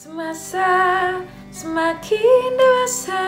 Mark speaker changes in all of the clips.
Speaker 1: Semasa semakin dewasa.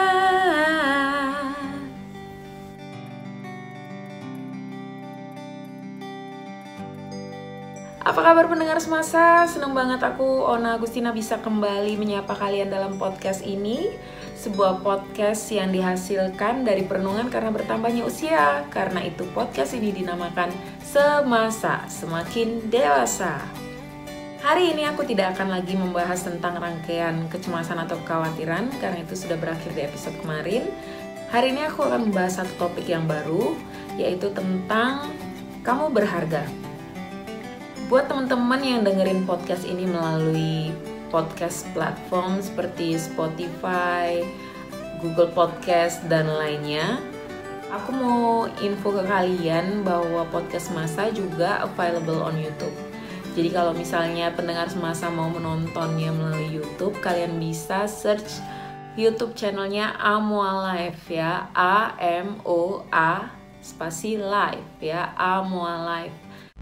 Speaker 1: Apa kabar pendengar Semasa? Senang banget aku, Ona Agustina, bisa kembali menyapa kalian dalam podcast ini. Sebuah podcast yang dihasilkan dari perenungan karena bertambahnya usia. Karena itu podcast ini dinamakan Semasa Semakin Dewasa. Hari ini aku tidak akan lagi membahas tentang rangkaian kecemasan atau kekhawatiran, karena itu sudah berakhir di episode kemarin. Hari ini aku akan membahas satu topik yang baru, yaitu tentang kamu berharga. Buat teman-teman yang dengerin podcast ini melalui podcast platform seperti Spotify, Google Podcast, dan lainnya, aku mau info ke kalian bahwa podcast Semasa juga available on YouTube. Jadi kalau misalnya pendengar Semasa mau menontonnya melalui YouTube, kalian bisa search YouTube channelnya Amoa Live ya, A-M-O-A spasi live ya, Amoa Live.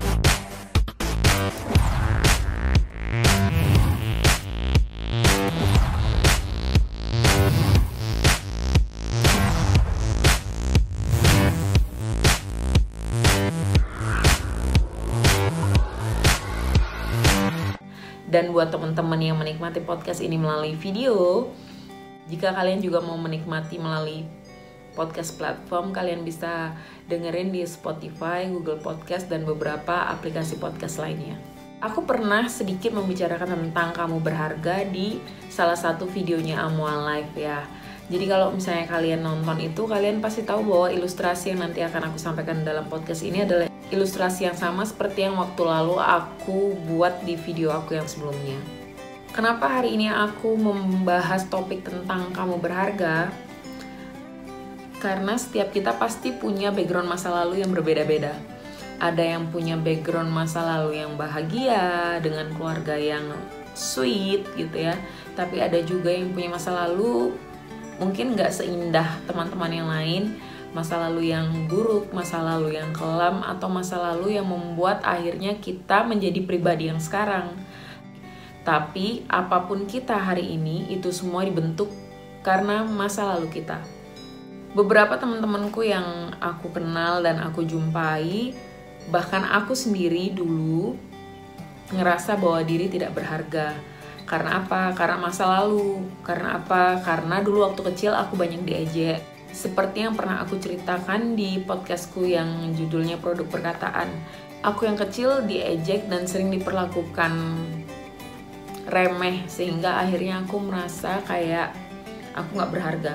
Speaker 1: Dan buat teman-teman yang menikmati podcast ini melalui video, jika kalian juga mau menikmati melalui podcast platform, kalian bisa dengerin di Spotify, Google Podcast, dan beberapa aplikasi podcast lainnya. Aku pernah sedikit membicarakan tentang kamu berharga di salah satu videonya Amoa Live ya. Jadi kalau misalnya kalian nonton itu, kalian pasti tahu bahwa ilustrasi yang nanti akan aku sampaikan dalam podcast ini adalah ilustrasi yang sama seperti yang waktu lalu aku buat di video aku yang sebelumnya. Kenapa hari ini aku membahas topik tentang kamu berharga? Karena setiap kita pasti punya background masa lalu yang berbeda-beda. Ada yang punya background masa lalu yang bahagia, dengan keluarga yang sweet gitu ya. Tapi ada juga yang punya masa lalu mungkin gak seindah teman-teman yang lain. Masa lalu yang buruk, masa lalu yang kelam, atau masa lalu yang membuat akhirnya kita menjadi pribadi yang sekarang. Tapi apapun kita hari ini, itu semua dibentuk karena masa lalu kita. Beberapa teman-temanku yang aku kenal dan aku jumpai, bahkan aku sendiri dulu ngerasa bahwa diri tidak berharga. Karena apa? Karena masa lalu. Karena apa? Karena dulu waktu kecil aku banyak diejek. Seperti yang pernah aku ceritakan di podcastku yang judulnya Produk Perkataan. Aku yang kecil diejek dan sering diperlakukan remeh, sehingga akhirnya aku merasa kayak aku gak berharga.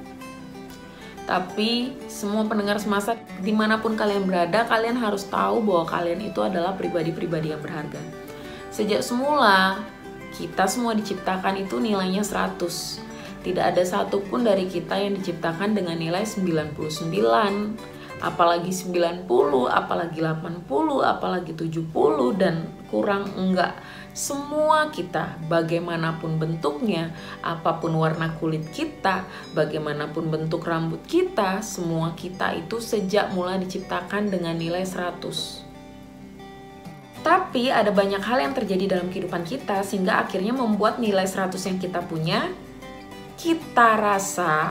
Speaker 1: Tapi semua pendengar Semasa, dimanapun kalian berada, kalian harus tahu bahwa kalian itu adalah pribadi-pribadi yang berharga. Sejak semula, kita semua diciptakan itu nilainya 100. Tidak ada satupun dari kita yang diciptakan dengan nilai 99, apalagi 90, apalagi 80, apalagi 70, dan kurang enggak. Semua kita, bagaimanapun bentuknya, apapun warna kulit kita, bagaimanapun bentuk rambut kita, semua kita itu sejak mula diciptakan dengan nilai 100. Tapi ada banyak hal yang terjadi dalam kehidupan kita sehingga akhirnya membuat nilai 100 yang kita punya, kita rasa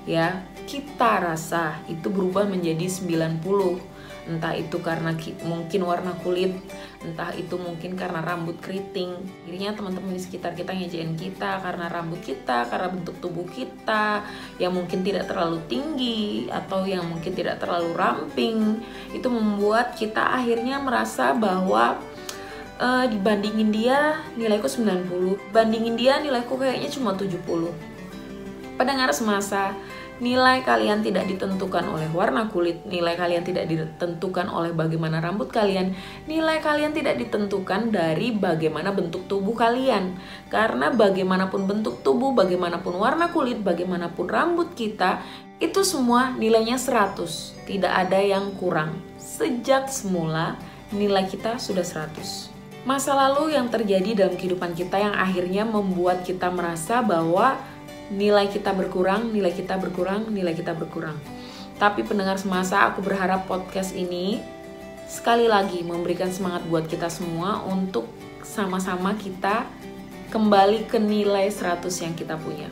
Speaker 1: itu berubah menjadi 90. Entah itu karena mungkin warna kulit, entah itu mungkin karena rambut keriting. Akhirnya teman-teman di sekitar kita ngejein kita karena rambut kita, karena bentuk tubuh kita yang mungkin tidak terlalu tinggi atau yang mungkin tidak terlalu ramping. Itu membuat kita akhirnya merasa bahwa dibandingin dia nilaiku 90, bandingin dia nilaiku kayaknya cuma 70. Pendengar Semasa, nilai kalian tidak ditentukan oleh warna kulit, nilai kalian tidak ditentukan oleh bagaimana rambut kalian, nilai kalian tidak ditentukan dari bagaimana bentuk tubuh kalian. Karena bagaimanapun bentuk tubuh, bagaimanapun warna kulit, bagaimanapun rambut kita, itu semua nilainya 100. Tidak ada yang kurang. Sejak semula, nilai kita sudah 100. Masa lalu yang terjadi dalam kehidupan kita yang akhirnya membuat kita merasa bahwa nilai kita berkurang, nilai kita berkurang, nilai kita berkurang. Tapi pendengar Semasa, aku berharap podcast ini sekali lagi memberikan semangat buat kita semua untuk sama-sama kita kembali ke nilai 100 yang kita punya.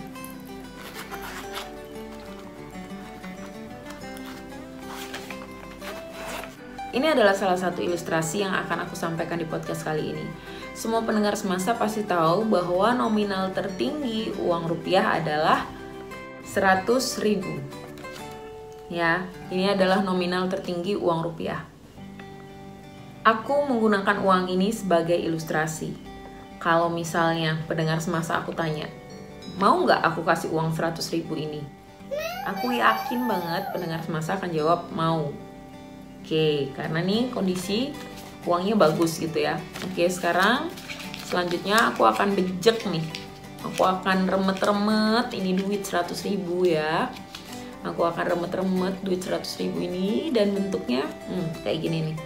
Speaker 1: Ini adalah salah satu ilustrasi yang akan aku sampaikan di podcast kali ini. Semua pendengar semasa pasti tahu bahwa nominal tertinggi uang rupiah adalah 100.000. Ya, ini adalah nominal tertinggi uang rupiah. Aku menggunakan uang ini sebagai ilustrasi. Kalau misalnya pendengar semasa aku tanya, mau nggak aku kasih uang 100.000 ini? Aku yakin banget pendengar semasa akan jawab mau. Oke, karena nih kondisi uangnya bagus gitu ya. Oke, sekarang selanjutnya aku akan bejek nih. Aku akan remet-remet ini duit 100.000 ya. Aku akan remet-remet duit 100.000 ini dan bentuknya kayak gini nih.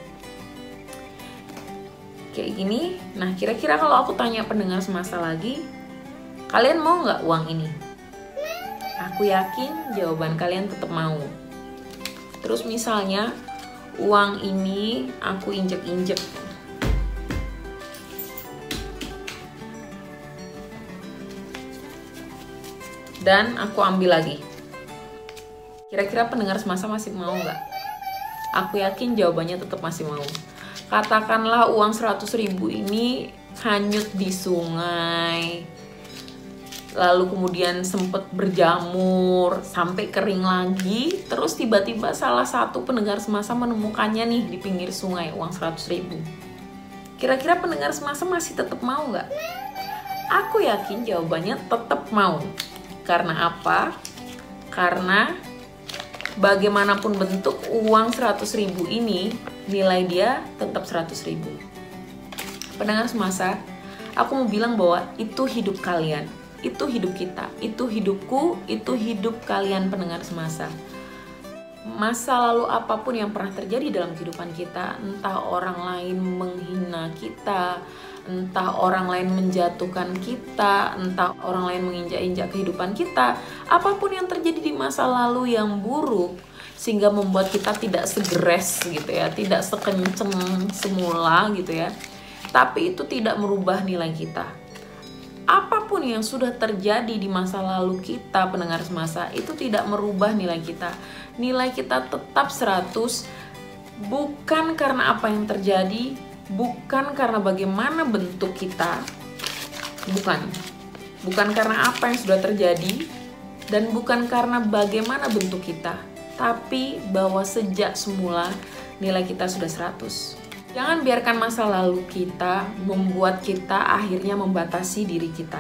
Speaker 1: Kayak gini. Nah, kira-kira kalau aku tanya pendengar semasa lagi, kalian mau nggak uang ini? Aku yakin jawaban kalian tetap mau. Terus misalnya uang ini aku injek-injek. Dan aku ambil lagi. Kira-kira pendengar semasa masih mau nggak? Aku yakin jawabannya tetap masih mau. Katakanlah uang 100.000 ini hanyut di sungai. Lalu kemudian sempat berjamur sampai kering lagi, terus tiba-tiba salah satu pendengar semasa menemukannya nih di pinggir sungai, uang 100.000. Kira-kira pendengar semasa masih tetap mau nggak? Aku yakin jawabannya tetap mau. Karena apa? Karena bagaimanapun bentuk uang 100.000 ini, nilai dia tetap 100.000. Pendengar semasa, aku mau bilang bahwa itu hidup kalian. Itu hidup kita, itu hidupku, itu hidup kalian pendengar semasa. Masa lalu apapun yang pernah terjadi dalam kehidupan kita, entah orang lain menghina kita, entah orang lain menjatuhkan kita, entah orang lain menginjak-injak kehidupan kita, apapun yang terjadi di masa lalu yang buruk, sehingga membuat kita tidak segeres gitu ya, tidak sekenceng semula gitu ya, tapi itu tidak merubah nilai kita. Apapun yang sudah terjadi di masa lalu kita pendengar semasa, itu tidak merubah nilai kita. Nilai kita tetap 100, bukan karena apa yang terjadi, bukan karena bagaimana bentuk kita, bukan karena apa yang sudah terjadi, dan bukan karena bagaimana bentuk kita, tapi bahwa sejak semula nilai kita sudah 100. Jangan biarkan masa lalu kita membuat kita akhirnya membatasi diri kita.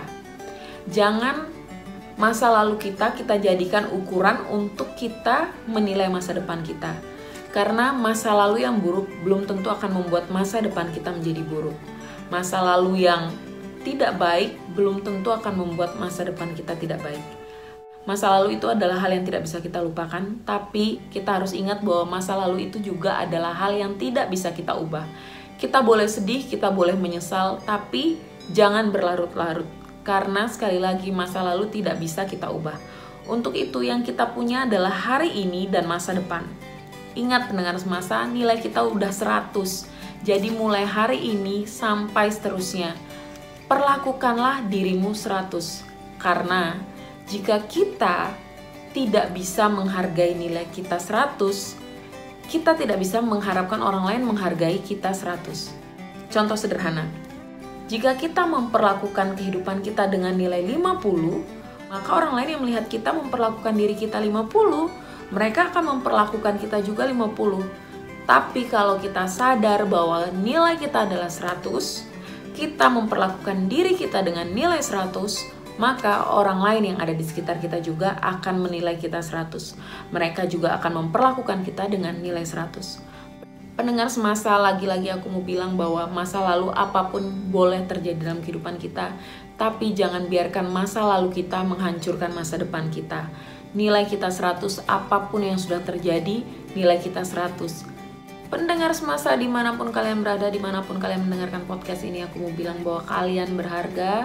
Speaker 1: Jangan masa lalu kita jadikan ukuran untuk kita menilai masa depan kita. Karena masa lalu yang buruk belum tentu akan membuat masa depan kita menjadi buruk. Masa lalu yang tidak baik belum tentu akan membuat masa depan kita tidak baik. Masa lalu itu adalah hal yang tidak bisa kita lupakan, tapi kita harus ingat bahwa masa lalu itu juga adalah hal yang tidak bisa kita ubah. Kita boleh sedih, kita boleh menyesal, tapi jangan berlarut-larut. Karena sekali lagi masa lalu tidak bisa kita ubah. Untuk itu yang kita punya adalah hari ini dan masa depan. Ingat pendengar semasa, nilai kita udah 100. Jadi mulai hari ini sampai seterusnya, perlakukanlah dirimu 100. Karena jika kita tidak bisa menghargai nilai kita 100, kita tidak bisa mengharapkan orang lain menghargai kita 100. Contoh sederhana, jika kita memperlakukan kehidupan kita dengan nilai 50, maka orang lain yang melihat kita memperlakukan diri kita 50, mereka akan memperlakukan kita juga 50. Tapi kalau kita sadar bahwa nilai kita adalah 100, kita memperlakukan diri kita dengan nilai 100, maka orang lain yang ada di sekitar kita juga akan menilai kita 100. Mereka juga akan memperlakukan kita dengan nilai 100. Pendengar semasa, lagi-lagi aku mau bilang bahwa masa lalu apapun boleh terjadi dalam kehidupan kita, tapi jangan biarkan masa lalu kita menghancurkan masa depan kita. Nilai kita 100, apapun yang sudah terjadi, nilai kita 100. Pendengar semasa, dimanapun kalian berada, dimanapun kalian mendengarkan podcast ini, aku mau bilang bahwa kalian berharga.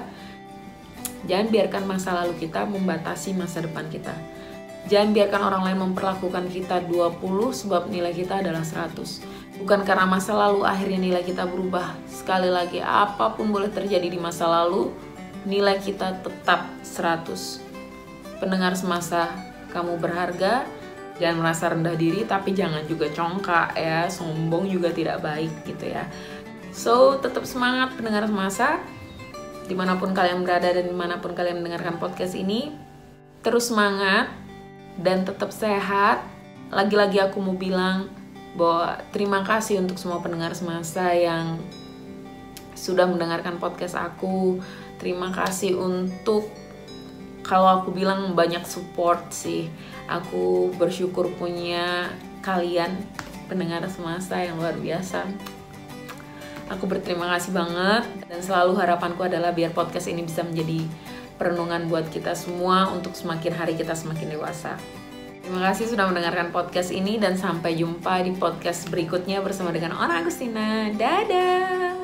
Speaker 1: Jangan biarkan masa lalu kita membatasi masa depan kita. Jangan biarkan orang lain memperlakukan kita 20 sebab nilai kita adalah 100. Bukan karena masa lalu akhirnya nilai kita berubah. Sekali lagi, apapun boleh terjadi di masa lalu, nilai kita tetap 100. Pendengar semasa, kamu berharga. Jangan merasa rendah diri, tapi jangan juga congkak ya. Sombong juga tidak baik gitu ya. So, tetap semangat pendengar semasa. Dimanapun kalian berada dan dimanapun kalian mendengarkan podcast ini, terus semangat dan tetap sehat. Lagi-lagi aku mau bilang bahwa terima kasih untuk semua pendengar semasa yang sudah mendengarkan podcast aku. Terima kasih untuk, kalau aku bilang banyak support sih. Aku bersyukur punya kalian pendengar semasa yang luar biasa. Aku berterima kasih banget, dan selalu harapanku adalah biar podcast ini bisa menjadi perenungan buat kita semua untuk semakin hari kita semakin dewasa. Terima kasih sudah mendengarkan podcast ini, dan sampai jumpa di podcast berikutnya bersama dengan Ona Agustina. Dadah!